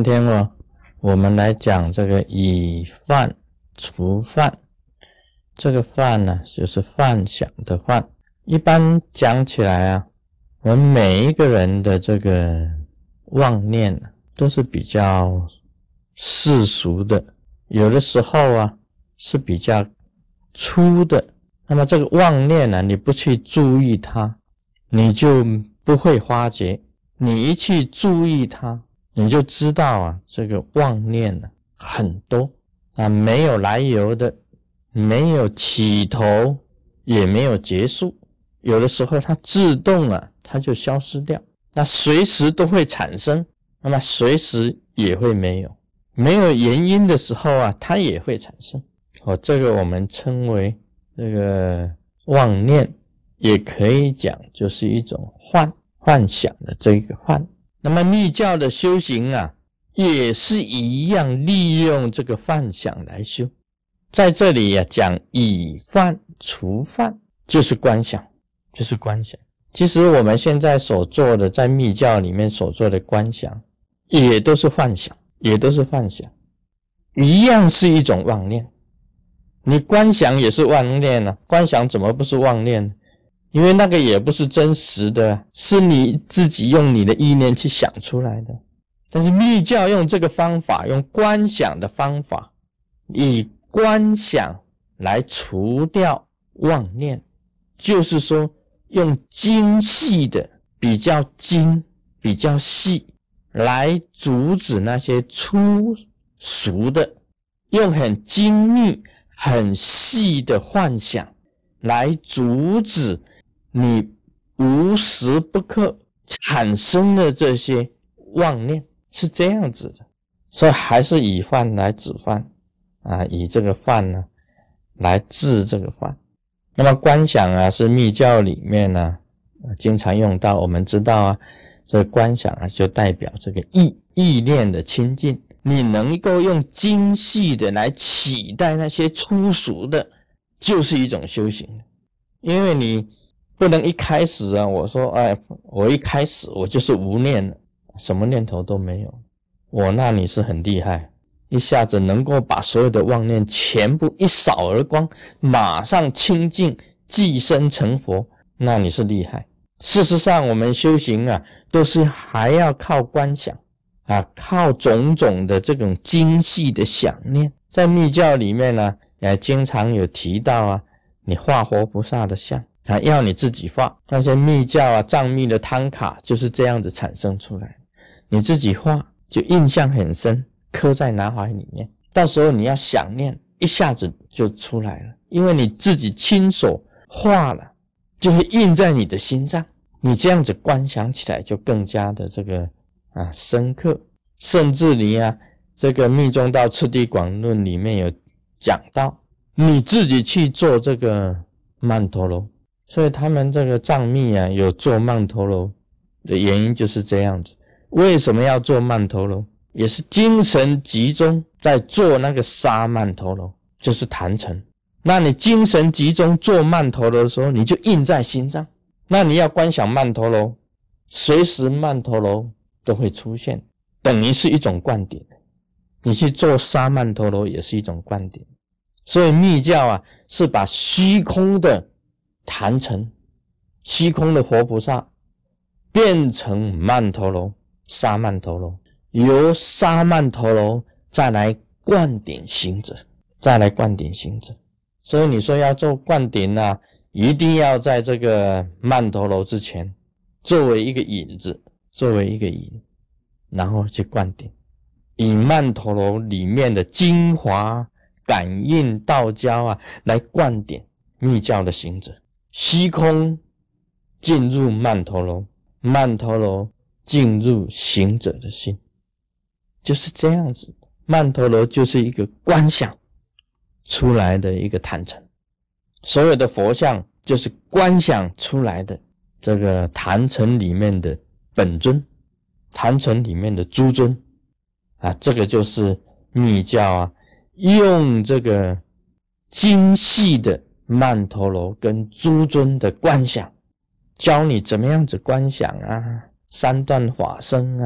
天我们来讲这个以幻除幻。这个幻呢，就是幻想的幻。一般讲起来啊，我们每一个人的这个妄念都是比较世俗的，有的时候啊是比较粗的。那么这个妄念呢，你不去注意它，你就不会发觉；你一去注意它，你就知道啊，这个妄念很多啊，没有来由的，没有起头，也没有结束。有的时候它自动它就消失掉，那随时都会产生，那么随时也会没有。没有原因的时候啊，它也会产生。这个我们称为这个妄念，也可以讲就是一种幻想的这个幻。那么密教的修行啊，也是一样利用这个幻想来修。在这里讲以幻除幻，就是观想，就是观想。其实我们现在所做的，在密教里面所做的观想，也都是幻想，也都是幻想，一样是一种妄念。你观想也是妄念啊，观想怎么不是妄念呢？因为那个也不是真实的，是你自己用你的意念去想出来的。但是密教用这个方法，用观想的方法，以观想来除掉妄念，就是说用精细的，比较精比较细来阻止那些粗俗的，用很精密很细的幻想来阻止你无时不刻产生的这些妄念，是这样子的。所以还是以幻来止幻以这个幻呢来治这个幻。那么观想是密教里面经常用到。我们知道这个观想就代表这个意念的清净，你能够用精细的来取代那些粗俗的，就是一种修行。因为你不能一开始我说我一开始我就是无念了，什么念头都没有，那你是很厉害，一下子能够把所有的妄念全部一扫而光，马上清净即身成佛，那你是厉害。事实上我们修行都是还要靠观想靠种种的这种精细的想念。在密教里面也经常有提到你画活菩萨的像要你自己画。那些密教藏密的汤卡就是这样子产生出来，你自己画就印象很深，刻在脑海里面，到时候你要想念，一下子就出来了，因为你自己亲手画了，就会印在你的心上，你这样子观想起来就更加的这个深刻。甚至你这个密宗道次第广论里面有讲到，你自己去做这个曼陀罗。所以他们这个藏密有做曼陀罗的原因就是这样子。为什么要做曼陀罗？也是精神集中在做那个沙曼陀罗，就是坛城。那你精神集中做曼陀罗的时候，你就印在心上，那你要观想曼陀罗，随时曼陀罗都会出现，等于是一种灌顶。你去做沙曼陀罗也是一种灌顶。所以密教是把虚空的坛城，虚空的活菩萨变成曼陀罗，沙曼陀罗，由沙曼陀罗再来灌顶行者，再来灌顶行者。所以你说要做灌顶一定要在这个曼陀罗之前作为一个引子，作为一个引，然后去灌顶，以曼陀罗里面的精华感应道交来灌顶密教的行者。虚空进入曼陀罗，曼陀罗进入行者的心，就是这样子。曼陀罗就是一个观想出来的一个坛城，所有的佛像就是观想出来的这个坛城里面的本尊，坛城里面的诸尊这个就是密教用这个精细的曼陀罗跟诸尊的观想，教你怎么样子观想三段法身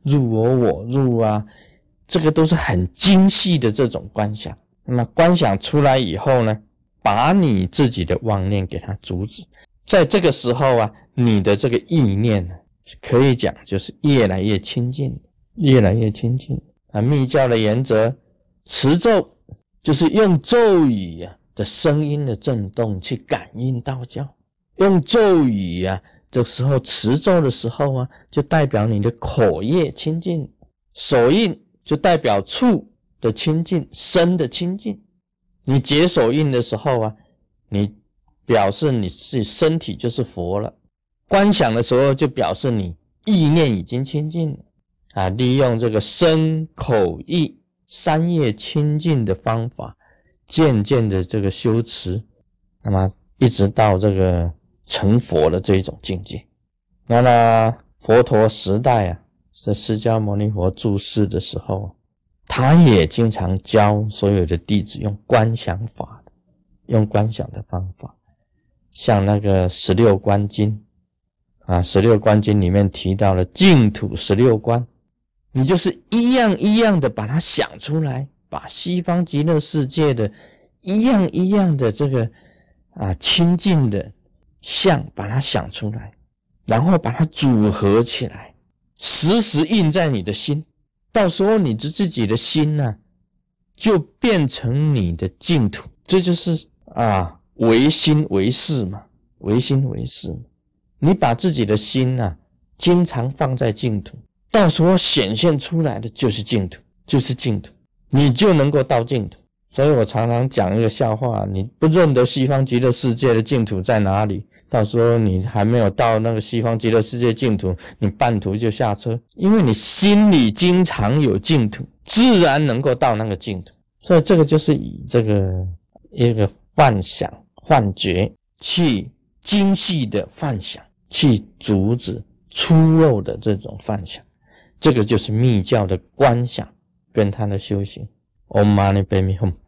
入我我入啊，这个都是很精细的这种观想。那么观想出来以后呢，把你自己的妄念给它阻止，在这个时候啊，你的这个意念呢，可以讲就是越来越亲近，越来越亲近啊。密教的原则，持咒就是用咒语啊的声音的震动去感应道教，用咒语啊，这时候持咒的时候啊，就代表你的口业亲近，手印就代表触的亲近，身的亲近。你结手印的时候啊，你表示你自己身体就是佛了。观想的时候就表示你意念已经亲近了啊。利用这个身口意三业亲近的方法，渐渐的这个修持，那么一直到这个成佛的这一种境界。那么佛陀时代啊，在释迦牟尼佛住世的时候，他也经常教所有的弟子用观想法的，用观想的方法。像那个16观经啊，16观经里面提到了净土16观，你就是一样一样的把它想出来，把西方极乐世界的一样一样的这个亲近的相把它想出来，然后把它组合起来，时时印在你的心。到时候你自己的心呢，就变成你的净土。这就是唯心唯事嘛，唯心唯事嘛。你把自己的心经常放在净土，到时候显现出来的就是净土，就是净土，你就能够到净土。所以我常常讲一个笑话，你不认得西方极乐世界的净土在哪里，到时候你还没有到那个西方极乐世界净土，你半途就下车，因为你心里经常有净土，自然能够到那个净土。所以这个就是以这个一个幻想幻觉去精细的幻想，去阻止粗陋的这种幻想。这个就是密教的观想跟他的修行。Om Mani Padme Hum